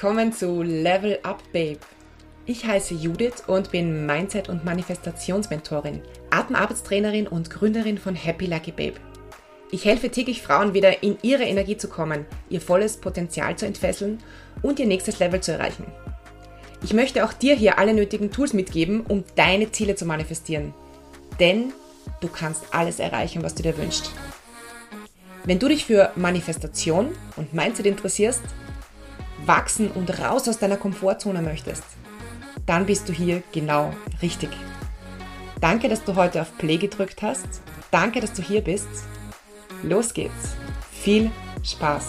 willkommen zu Level Up Babe. Ich heiße Judith und bin Mindset- und Manifestationsmentorin, Atemarbeitstrainerin und Gründerin von Happy Lucky Babe. Ich helfe täglich Frauen wieder in ihre Energie zu kommen, ihr volles Potenzial zu entfesseln und ihr nächstes Level zu erreichen. Ich möchte auch dir hier alle nötigen Tools mitgeben, um deine Ziele zu manifestieren. Denn du kannst alles erreichen, was du dir wünschst. Wenn du dich für Manifestation und Mindset interessierst, wachsen und raus aus deiner Komfortzone möchtest, dann bist du hier genau richtig. Danke, dass du heute auf Play gedrückt hast. Danke, dass du hier bist. Los geht's. Viel Spaß.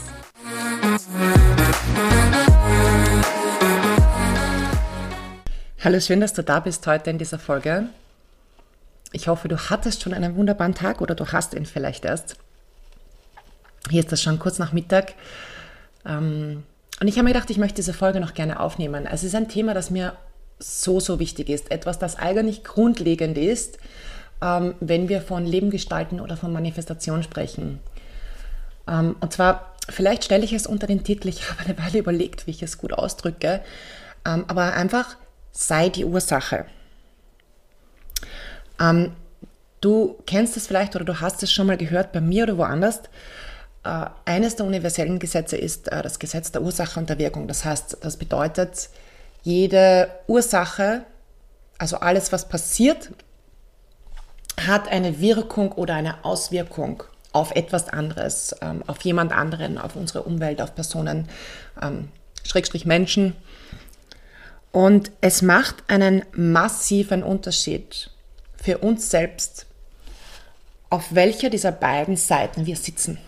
Hallo, schön, dass du da bist heute in dieser Folge. Ich hoffe, du hattest schon einen wunderbaren Tag oder du hast ihn vielleicht erst. Hier ist das schon kurz nach Mittag. Und ich habe mir gedacht, ich möchte diese Folge noch gerne aufnehmen. Es ist ein Thema, das mir so wichtig ist. Etwas, das eigentlich grundlegend ist, wenn wir von Leben gestalten oder von Manifestation sprechen. Und zwar, vielleicht stelle ich es unter den Titel, ich habe eine Weile überlegt, wie ich es gut ausdrücke, aber einfach, sei die Ursache. Du kennst es vielleicht oder du hast es schon mal gehört bei mir oder woanders. Eines der universellen Gesetze ist das Gesetz der Ursache und der Wirkung. Das heißt, das bedeutet, jede Ursache, also alles, was passiert, hat eine Wirkung oder eine Auswirkung auf etwas anderes, auf jemand anderen, auf unsere Umwelt, auf Personen, Schrägstrich Menschen. Und es macht einen massiven Unterschied für uns selbst, auf welcher dieser beiden Seiten wir sitzen.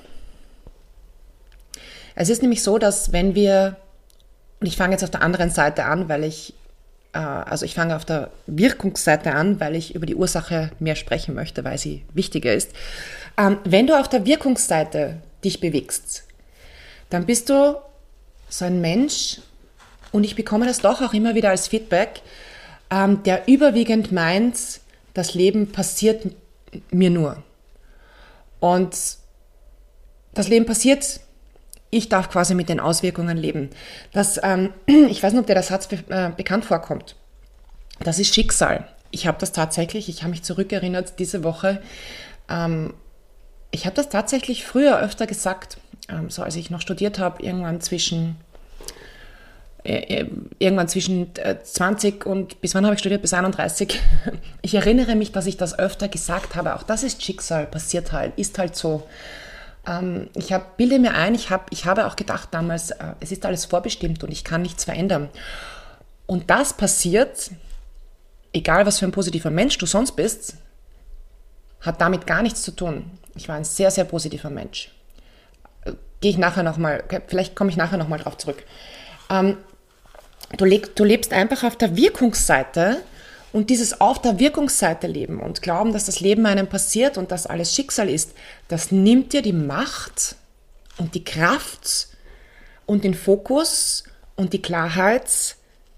Es ist nämlich so, dass wenn wir, und ich fange jetzt auf der anderen Seite an, weil ich fange auf der Wirkungsseite an, weil ich über die Ursache mehr sprechen möchte, weil sie wichtiger ist. Wenn du auf der Wirkungsseite dich bewegst, dann bist du so ein Mensch, und ich bekomme das doch auch immer wieder als Feedback, der überwiegend meint, das Leben passiert mir nur. Und das Leben passiert, ich darf quasi mit den Auswirkungen leben. Ich weiß nicht, ob dir der Satz bekannt vorkommt. Das ist Schicksal. Ich habe mich zurückerinnert diese Woche. Ich habe das tatsächlich früher öfter gesagt, so als ich noch studiert habe, irgendwann zwischen 20 und, bis wann habe ich studiert? Bis 31. Ich erinnere mich, dass ich das öfter gesagt habe. Auch das ist Schicksal, passiert halt, ist halt so. Ich habe auch gedacht damals, es ist alles vorbestimmt und ich kann nichts verändern. Und das passiert, egal was für ein positiver Mensch du sonst bist, hat damit gar nichts zu tun. Ich war ein sehr, sehr positiver Mensch. Vielleicht komme ich nachher nochmal drauf zurück. Du lebst einfach auf der Wirkungsseite. Und dieses auf der Wirkungsseite leben und glauben, dass das Leben einem passiert und dass alles Schicksal ist, das nimmt dir die Macht und die Kraft und den Fokus und die Klarheit,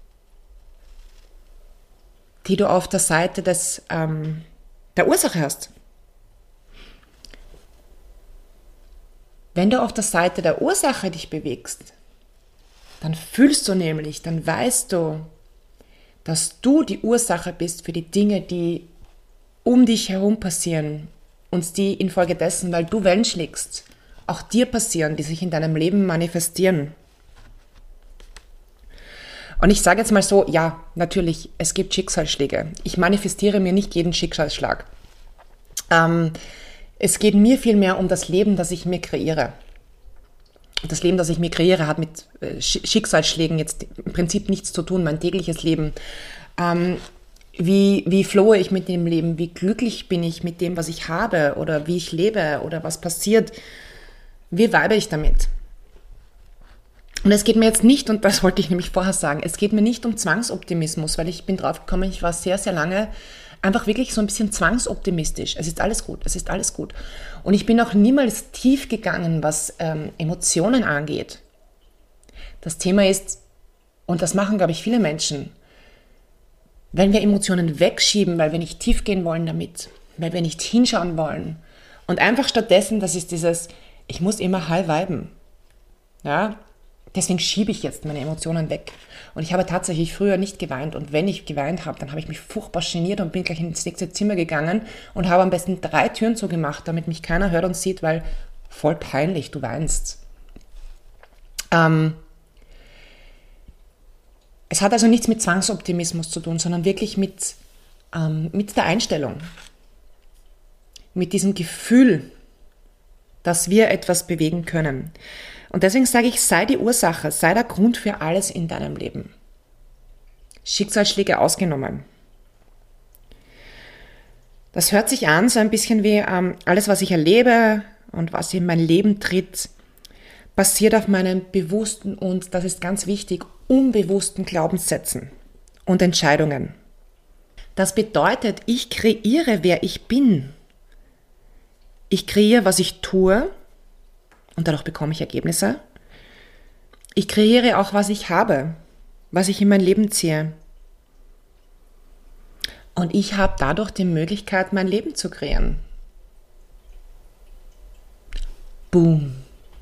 die du auf der Seite der Ursache hast. Wenn du auf der Seite der Ursache dich bewegst, dann fühlst du nämlich, dann weißt du, dass du die Ursache bist für die Dinge, die um dich herum passieren und die infolgedessen, weil du Wellen schlägst, auch dir passieren, die sich in deinem Leben manifestieren. Und ich sage jetzt mal so, ja, natürlich, es gibt Schicksalsschläge. Ich manifestiere mir nicht jeden Schicksalsschlag. Es geht mir vielmehr um das Leben, das ich mir kreiere. Das Leben, das ich mir kreiere, hat mit Schicksalsschlägen jetzt im Prinzip nichts zu tun, mein tägliches Leben. Wie flowe ich mit dem Leben? Wie glücklich bin ich mit dem, was ich habe? Oder wie ich lebe? Oder was passiert? Wie vibe ich damit? Und es geht mir jetzt nicht, und das wollte ich nämlich vorher sagen, es geht mir nicht um Zwangsoptimismus, weil ich bin drauf gekommen, ich war sehr, sehr lange einfach wirklich so ein bisschen zwangsoptimistisch. Es ist alles gut, es ist alles gut. Und ich bin auch niemals tief gegangen, was Emotionen angeht. Das Thema ist, und das machen, glaube ich, viele Menschen, wenn wir Emotionen wegschieben, weil wir nicht tief gehen wollen damit, weil wir nicht hinschauen wollen und einfach stattdessen, das ist dieses, ich muss immer high viben. Ja, Deswegen schiebe ich jetzt meine Emotionen weg. Und ich habe tatsächlich früher nicht geweint. Und wenn ich geweint habe, dann habe ich mich furchtbar geniert und bin gleich ins nächste Zimmer gegangen und habe am besten 3 Türen zugemacht, damit mich keiner hört und sieht, weil voll peinlich, du weinst. Es hat also nichts mit Zwangsoptimismus zu tun, sondern wirklich mit der Einstellung. Mit diesem Gefühl, dass wir etwas bewegen können. Und deswegen sage ich, sei die Ursache, sei der Grund für alles in deinem Leben. Schicksalsschläge ausgenommen. Das hört sich an so ein bisschen wie alles, was ich erlebe und was in mein Leben tritt, basiert auf meinen bewussten und, das ist ganz wichtig, unbewussten Glaubenssätzen und Entscheidungen. Das bedeutet, ich kreiere, wer ich bin. Ich kreiere, was ich tue und dadurch bekomme ich Ergebnisse. Ich kreiere auch, was ich habe, was ich in mein Leben ziehe. Und ich habe dadurch die Möglichkeit, mein Leben zu kreieren. Boom.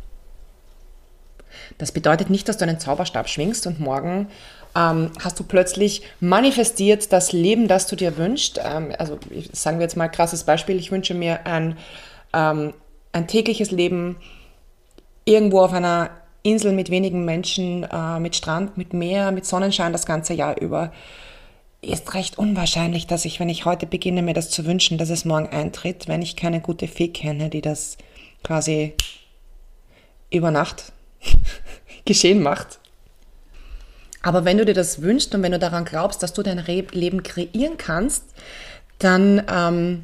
Das bedeutet nicht, dass du einen Zauberstab schwingst und morgen hast du plötzlich manifestiert das Leben, das du dir wünschst. Also sagen wir jetzt mal ein krasses Beispiel. Ich wünsche mir ein tägliches Leben irgendwo auf einer Insel mit wenigen Menschen, mit Strand, mit Meer, mit Sonnenschein das ganze Jahr über. Ist recht unwahrscheinlich, dass ich, wenn ich heute beginne, mir das zu wünschen, dass es morgen eintritt, wenn ich keine gute Fee kenne, die das quasi über Nacht geschehen macht. Aber wenn du dir das wünschst und wenn du daran glaubst, dass du dein Leben kreieren kannst, dann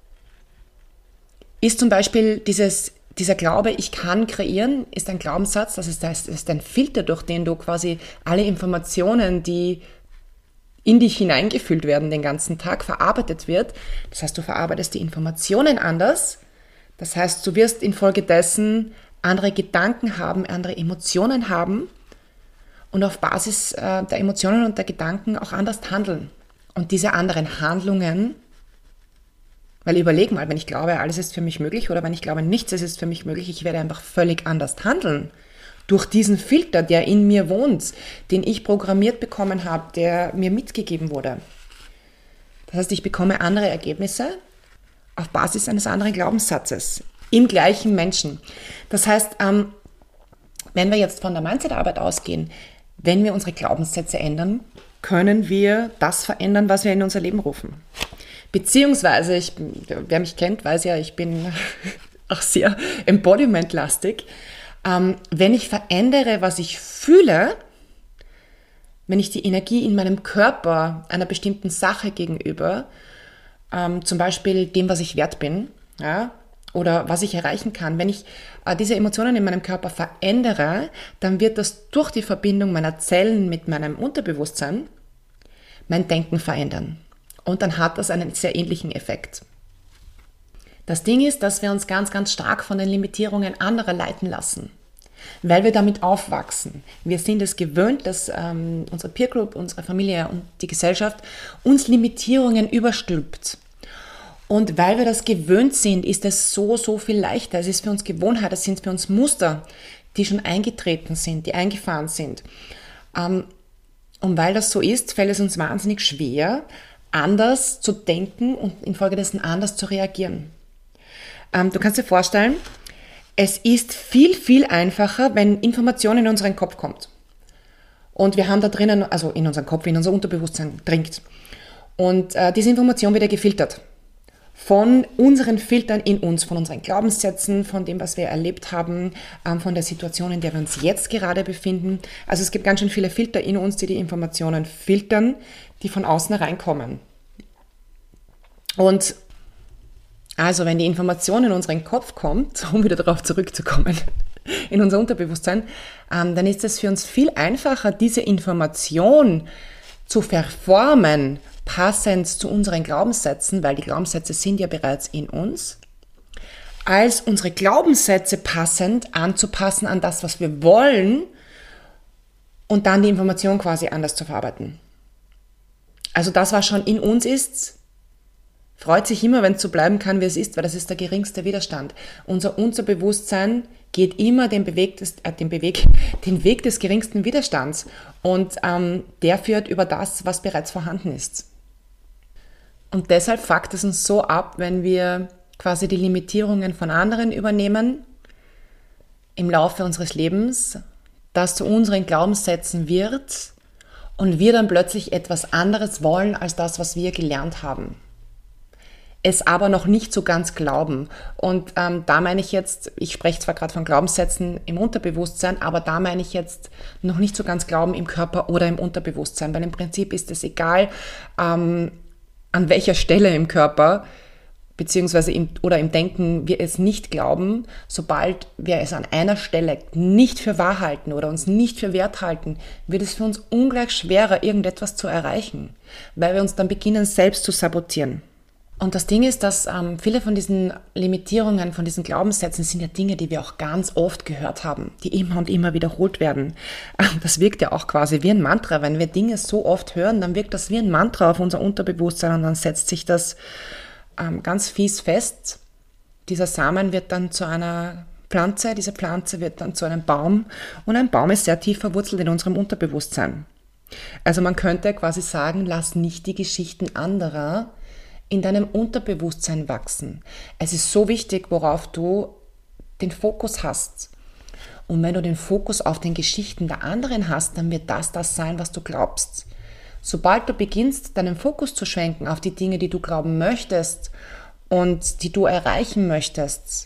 ist zum Beispiel dieser Glaube, ich kann kreieren, ist ein Glaubenssatz, das ist ein Filter, durch den du quasi alle Informationen, die in dich hineingefüllt werden den ganzen Tag, verarbeitet wird. Das heißt, du verarbeitest die Informationen anders. Das heißt, du wirst infolgedessen andere Gedanken haben, andere Emotionen haben und auf Basis der Emotionen und der Gedanken auch anders handeln. Und diese anderen Handlungen, weil überleg mal, wenn ich glaube, alles ist für mich möglich oder wenn ich glaube, nichts ist für mich möglich, ich werde einfach völlig anders handeln. Durch diesen Filter, der in mir wohnt, den ich programmiert bekommen habe, der mir mitgegeben wurde. Das heißt, ich bekomme andere Ergebnisse auf Basis eines anderen Glaubenssatzes im gleichen Menschen. Das heißt, wenn wir jetzt von der Mindset-Arbeit ausgehen, wenn wir unsere Glaubenssätze ändern, können wir das verändern, was wir in unser Leben rufen. Beziehungsweise, wer mich kennt, weiß ja, ich bin auch sehr embodiment-lastig. Wenn ich verändere, was ich fühle, wenn ich die Energie in meinem Körper einer bestimmten Sache gegenüber, zum Beispiel dem, was ich wert bin, ja, oder was ich erreichen kann, wenn ich diese Emotionen in meinem Körper verändere, dann wird das durch die Verbindung meiner Zellen mit meinem Unterbewusstsein mein Denken verändern. Und dann hat das einen sehr ähnlichen Effekt. Das Ding ist, dass wir uns ganz, ganz stark von den Limitierungen anderer leiten lassen, weil wir damit aufwachsen. Wir sind es gewöhnt, dass unsere Peer Group, unsere Familie und die Gesellschaft uns Limitierungen überstülpt. Und weil wir das gewöhnt sind, ist es so viel leichter. Es ist für uns Gewohnheit, es sind für uns Muster, die schon eingetreten sind, die eingefahren sind. Und weil das so ist, fällt es uns wahnsinnig schwer, anders zu denken und infolgedessen anders zu reagieren. Du kannst dir vorstellen, es ist viel einfacher, wenn Information in unseren Kopf kommt. Und wir haben da drinnen, also in unseren Kopf, in unser Unterbewusstsein dringt. Und diese Information wird ja gefiltert. Von unseren Filtern in uns, von unseren Glaubenssätzen, von dem, was wir erlebt haben, von der Situation, in der wir uns jetzt gerade befinden. Also es gibt ganz schön viele Filter in uns, die die Informationen filtern, die von außen reinkommen. Und also wenn die Information in unseren Kopf kommt, um wieder darauf zurückzukommen, in unser Unterbewusstsein, dann ist es für uns viel einfacher, diese Information zu verformen, passend zu unseren Glaubenssätzen, weil die Glaubenssätze sind ja bereits in uns, als unsere Glaubenssätze passend anzupassen an das, was wir wollen und dann die Information quasi anders zu verarbeiten. Also das, was schon in uns ist, freut sich immer, wenn es so bleiben kann, wie es ist, weil das ist der geringste Widerstand. Unser Unterbewusstsein geht immer den Weg des geringsten Widerstands und der führt über das, was bereits vorhanden ist. Und deshalb fuckt es uns so ab, wenn wir quasi die Limitierungen von anderen übernehmen im Laufe unseres Lebens, das zu unseren Glaubenssätzen wird und wir dann plötzlich etwas anderes wollen als das, was wir gelernt haben. Es aber noch nicht so ganz glauben. Und da meine ich jetzt, ich spreche zwar gerade von Glaubenssätzen im Unterbewusstsein, aber da meine ich jetzt noch nicht so ganz glauben im Körper oder im Unterbewusstsein, weil im Prinzip ist es egal, an welcher Stelle im Körper beziehungsweise im Denken wir es nicht glauben, sobald wir es an einer Stelle nicht für wahr halten oder uns nicht für wert halten, wird es für uns ungleich schwerer, irgendetwas zu erreichen, weil wir uns dann beginnen, selbst zu sabotieren. Und das Ding ist, dass viele von diesen Limitierungen, von diesen Glaubenssätzen sind ja Dinge, die wir auch ganz oft gehört haben, die immer und immer wiederholt werden. Das wirkt ja auch quasi wie ein Mantra. Wenn wir Dinge so oft hören, dann wirkt das wie ein Mantra auf unser Unterbewusstsein und dann setzt sich das ganz fies fest. Dieser Samen wird dann zu einer Pflanze, diese Pflanze wird dann zu einem Baum und ein Baum ist sehr tief verwurzelt in unserem Unterbewusstsein. Also man könnte quasi sagen, lass nicht die Geschichten anderer in deinem Unterbewusstsein wachsen. Es ist so wichtig, worauf du den Fokus hast. Und wenn du den Fokus auf den Geschichten der anderen hast, dann wird das sein, was du glaubst. Sobald du beginnst, deinen Fokus zu schwenken auf die Dinge, die du glauben möchtest und die du erreichen möchtest,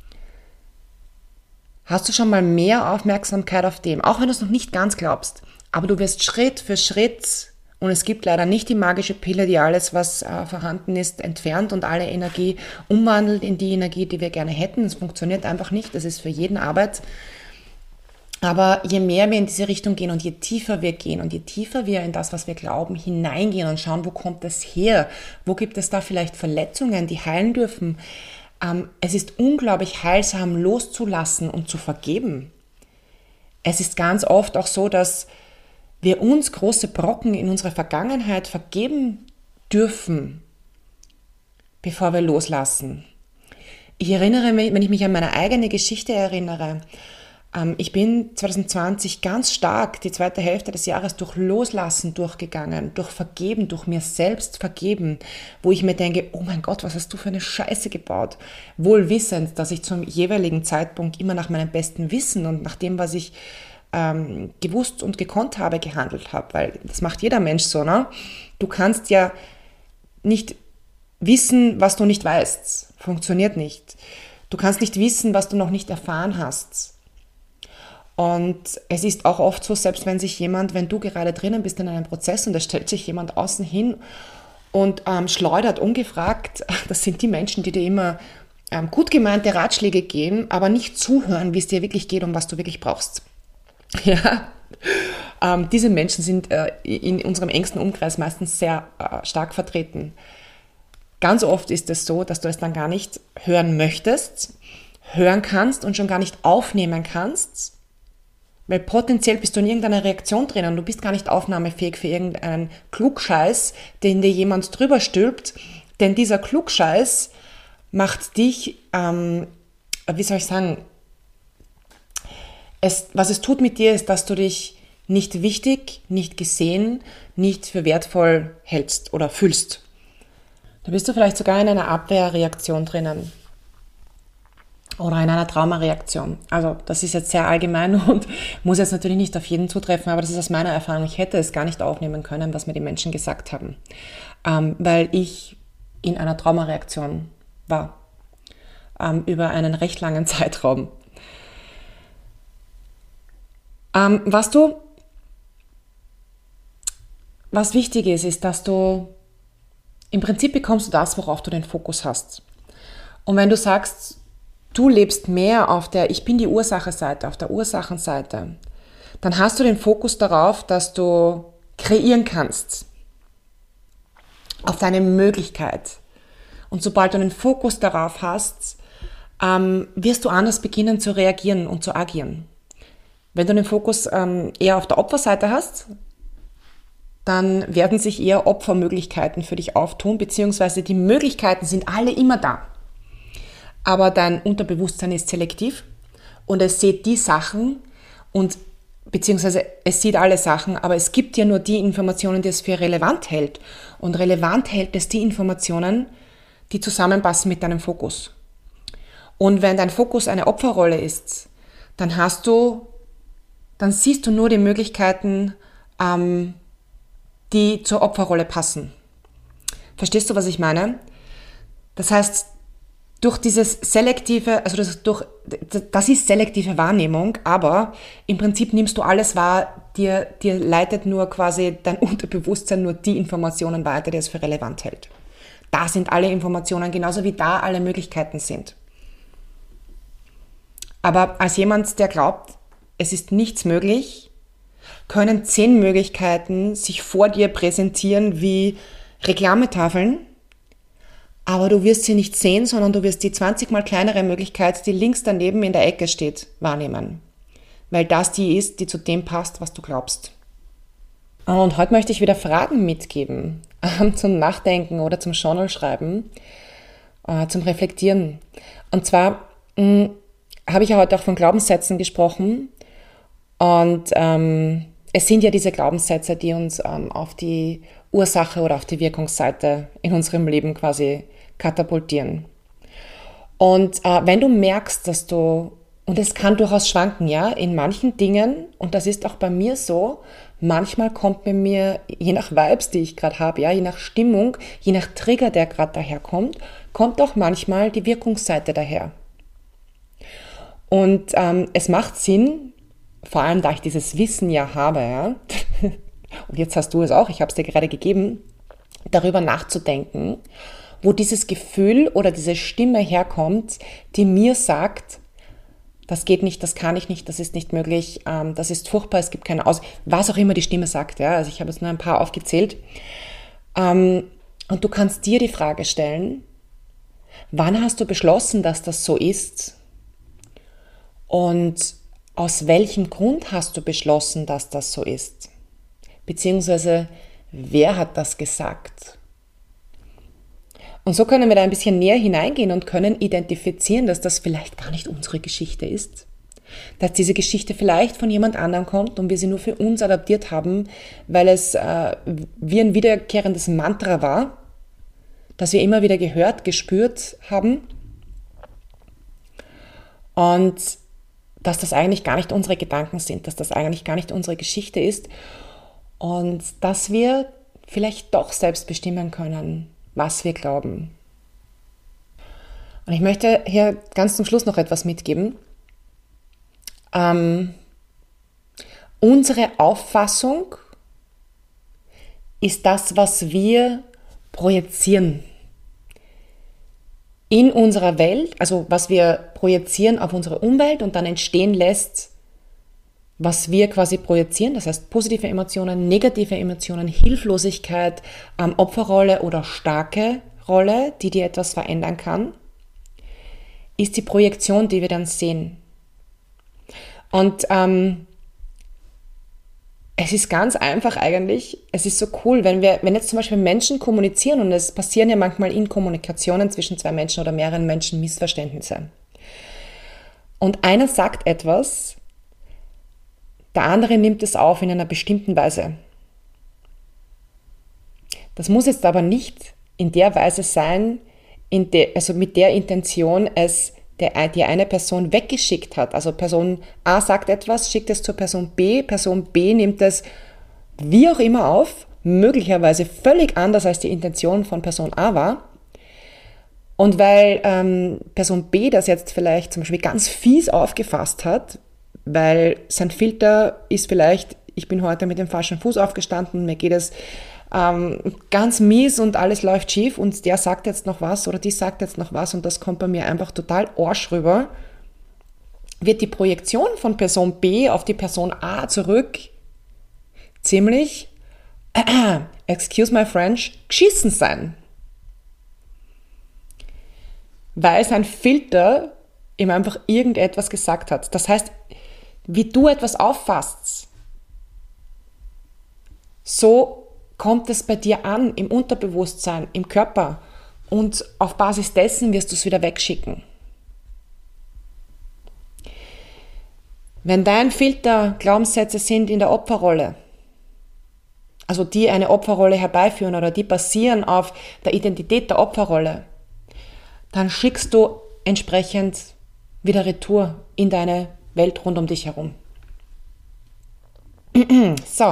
hast du schon mal mehr Aufmerksamkeit auf dem, auch wenn du es noch nicht ganz glaubst. Aber du wirst Schritt für Schritt, und es gibt leider nicht die magische Pille, die alles, was vorhanden ist, entfernt und alle Energie umwandelt in die Energie, die wir gerne hätten. Es funktioniert einfach nicht, das ist für jeden Arbeit. Aber je mehr wir in diese Richtung gehen und je tiefer wir gehen und je tiefer wir in das, was wir glauben, hineingehen und schauen, wo kommt das her? Wo gibt es da vielleicht Verletzungen, die heilen dürfen? Es ist unglaublich heilsam, loszulassen und zu vergeben. Es ist ganz oft auch so, dass wir uns große Brocken in unserer Vergangenheit vergeben dürfen, bevor wir loslassen. Ich erinnere mich, wenn ich mich an meine eigene Geschichte erinnere, ich bin 2020 ganz stark die zweite Hälfte des Jahres durch Loslassen durchgegangen, durch Vergeben, durch mir selbst vergeben, wo ich mir denke, oh mein Gott, was hast du für eine Scheiße gebaut? Wohl wissend, dass ich zum jeweiligen Zeitpunkt immer nach meinem besten Wissen und nach dem, was ich gewusst und gekonnt habe, gehandelt habe, weil das macht jeder Mensch so, ne? Du kannst ja nicht wissen, was du nicht weißt. Funktioniert nicht. Du kannst nicht wissen, was du noch nicht erfahren hast. Und es ist auch oft so, selbst wenn du gerade drinnen bist in einem Prozess und da stellt sich jemand außen hin und schleudert ungefragt, das sind die Menschen, die dir immer gut gemeinte Ratschläge geben, aber nicht zuhören, wie es dir wirklich geht und was du wirklich brauchst. Ja, diese Menschen sind in unserem engsten Umkreis meistens sehr stark vertreten. Ganz oft ist es so, dass du es dann gar nicht hören möchtest, hören kannst und schon gar nicht aufnehmen kannst, weil potenziell bist du in irgendeiner Reaktion drin und du bist gar nicht aufnahmefähig für irgendeinen Klugscheiß, den dir jemand drüber stülpt, denn dieser Klugscheiß macht dich, was es tut mit dir, ist, dass du dich nicht wichtig, nicht gesehen, nicht für wertvoll hältst oder fühlst. Da bist du vielleicht sogar in einer Abwehrreaktion drinnen oder in einer Traumareaktion. Also das ist jetzt sehr allgemein und muss jetzt natürlich nicht auf jeden zutreffen, aber das ist aus meiner Erfahrung. Ich hätte es gar nicht aufnehmen können, was mir die Menschen gesagt haben, weil ich in einer Traumareaktion war, über einen recht langen Zeitraum. Was wichtig ist, dass du, im Prinzip bekommst du das, worauf du den Fokus hast. Und wenn du sagst, du lebst mehr auf der Ich bin die Ursache-Seite, auf der Ursachenseite, dann hast du den Fokus darauf, dass du kreieren kannst, auf deine Möglichkeit. Und sobald du den Fokus darauf hast, wirst du anders beginnen zu reagieren und zu agieren. Wenn du den Fokus eher auf der Opferseite hast, dann werden sich eher Opfermöglichkeiten für dich auftun, beziehungsweise die Möglichkeiten sind alle immer da. Aber dein Unterbewusstsein ist selektiv und es sieht die Sachen und beziehungsweise es sieht alle Sachen, aber es gibt ja nur die Informationen, die es für relevant hält. Und relevant hält es die Informationen, die zusammenpassen mit deinem Fokus. Und wenn dein Fokus eine Opferrolle ist, dann siehst du nur die Möglichkeiten, die zur Opferrolle passen. Verstehst du, was ich meine? Das heißt, durch dieses selektive, also das ist selektive Wahrnehmung, aber im Prinzip nimmst du alles wahr, dir leitet nur quasi dein Unterbewusstsein nur die Informationen weiter, die es für relevant hält. Da sind alle Informationen, genauso wie da alle Möglichkeiten sind. Aber als jemand, der glaubt, es ist nichts möglich, können 10 Möglichkeiten sich vor dir präsentieren wie Reklametafeln, aber du wirst sie nicht sehen, sondern du wirst die 20-mal kleinere Möglichkeit, die links daneben in der Ecke steht, wahrnehmen. Weil das die ist, die zu dem passt, was du glaubst. Und heute möchte ich wieder Fragen mitgeben, zum Nachdenken oder zum Journalschreiben, zum Reflektieren. Und zwar habe ich ja heute auch von Glaubenssätzen gesprochen. Und es sind ja diese Glaubenssätze, die uns auf die Ursache oder auf die Wirkungsseite in unserem Leben quasi katapultieren. Und wenn du merkst, und es kann durchaus schwanken, ja, in manchen Dingen, und das ist auch bei mir so, manchmal kommt bei mir, je nach Vibes, die ich gerade habe, ja, je nach Stimmung, je nach Trigger, der gerade daherkommt, kommt auch manchmal die Wirkungsseite daher. Und es macht Sinn, vor allem da ich dieses Wissen ja habe, ja, und jetzt hast du es auch, ich habe es dir gerade gegeben, darüber nachzudenken, wo dieses Gefühl oder diese Stimme herkommt, die mir sagt, das geht nicht, das kann ich nicht, das ist nicht möglich, das ist furchtbar, es gibt keine was auch immer die Stimme sagt. Ja? Also ich habe jetzt nur ein paar aufgezählt. Und du kannst dir die Frage stellen, wann hast du beschlossen, dass das so ist? Und aus welchem Grund hast du beschlossen, dass das so ist? Beziehungsweise, wer hat das gesagt? Und so können wir da ein bisschen näher hineingehen und können identifizieren, dass das vielleicht gar nicht unsere Geschichte ist. Dass diese Geschichte vielleicht von jemand anderem kommt und wir sie nur für uns adaptiert haben, weil es wie ein wiederkehrendes Mantra war, das wir immer wieder gehört, gespürt haben. Und dass das eigentlich gar nicht unsere Gedanken sind, dass das eigentlich gar nicht unsere Geschichte ist und dass wir vielleicht doch selbst bestimmen können, was wir glauben. Und ich möchte hier ganz zum Schluss noch etwas mitgeben. Unsere Auffassung ist das, was wir projizieren in unserer Welt, also was wir projizieren auf unsere Umwelt und dann entstehen lässt, was wir quasi projizieren, das heißt positive Emotionen, negative Emotionen, Hilflosigkeit, Opferrolle oder starke Rolle, die dir etwas verändern kann, ist die Projektion, die wir dann sehen. Und es ist ganz einfach eigentlich, es ist so cool, wenn jetzt zum Beispiel Menschen kommunizieren und es passieren ja manchmal in Kommunikationen zwischen zwei Menschen oder mehreren Menschen Missverständnisse. Und einer sagt etwas, der andere nimmt es auf in einer bestimmten Weise. Das muss jetzt aber nicht in der Weise sein, also mit der Intention es die eine Person weggeschickt hat. Also Person A sagt etwas, schickt es zur Person B nimmt es wie auch immer auf, möglicherweise völlig anders als die Intention von Person A war. Und weil Person B das jetzt vielleicht zum Beispiel ganz fies aufgefasst hat, weil sein Filter ist vielleicht, ich bin heute mit dem falschen Fuß aufgestanden, mir geht es ganz mies und alles läuft schief und der sagt jetzt noch was oder die sagt jetzt noch was und das kommt bei mir einfach total Arsch rüber, wird die Projektion von Person B auf die Person A zurück ziemlich, excuse my French, geschissen sein. Weil sein Filter ihm einfach irgendetwas gesagt hat. Das heißt, wie du etwas auffasst, so kommt es bei dir an, im Unterbewusstsein, im Körper und auf Basis dessen wirst du es wieder wegschicken. Wenn dein Filter Glaubenssätze sind in der Opferrolle, also die eine Opferrolle herbeiführen oder die basieren auf der Identität der Opferrolle, dann schickst du entsprechend wieder Retour in deine Welt rund um dich herum. So,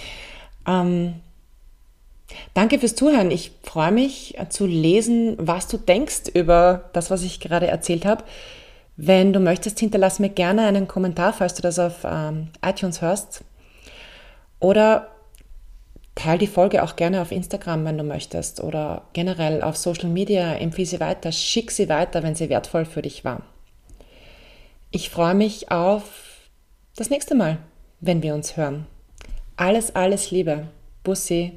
danke fürs Zuhören. Ich freue mich zu lesen, was du denkst über das, was ich gerade erzählt habe. Wenn du möchtest, hinterlass mir gerne einen Kommentar, falls du das auf iTunes hörst. Oder teile die Folge auch gerne auf Instagram, wenn du möchtest. Oder generell auf Social Media, empfehle sie weiter, schick sie weiter, wenn sie wertvoll für dich war. Ich freue mich auf das nächste Mal, wenn wir uns hören. Alles, alles Liebe. Bussi.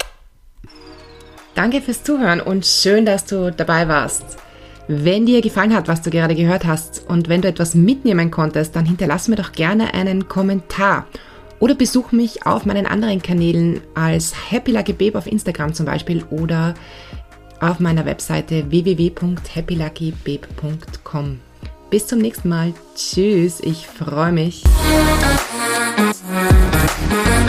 Danke fürs Zuhören und schön, dass du dabei warst. Wenn dir gefallen hat, was du gerade gehört hast und wenn du etwas mitnehmen konntest, dann hinterlass mir doch gerne einen Kommentar oder besuch mich auf meinen anderen Kanälen als Happy Lucky Babe auf Instagram zum Beispiel oder auf meiner Webseite www.happyluckybabe.com. Bis zum nächsten Mal. Tschüss, ich freue mich.